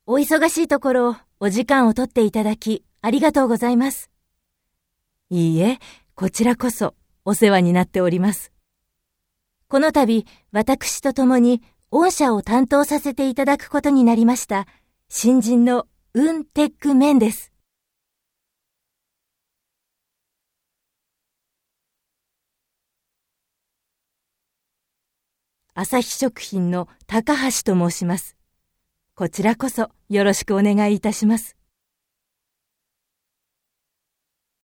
お忙しいところ、お時間を取っていただき、ありがとうございます。いいえ、こちらこそ、お世話になっております。この度、私と共に、御社を担当させていただくことになりました、新人のウンテックメンです。朝日食品の高橋と申します。こちらこそよろしくお願いいたします。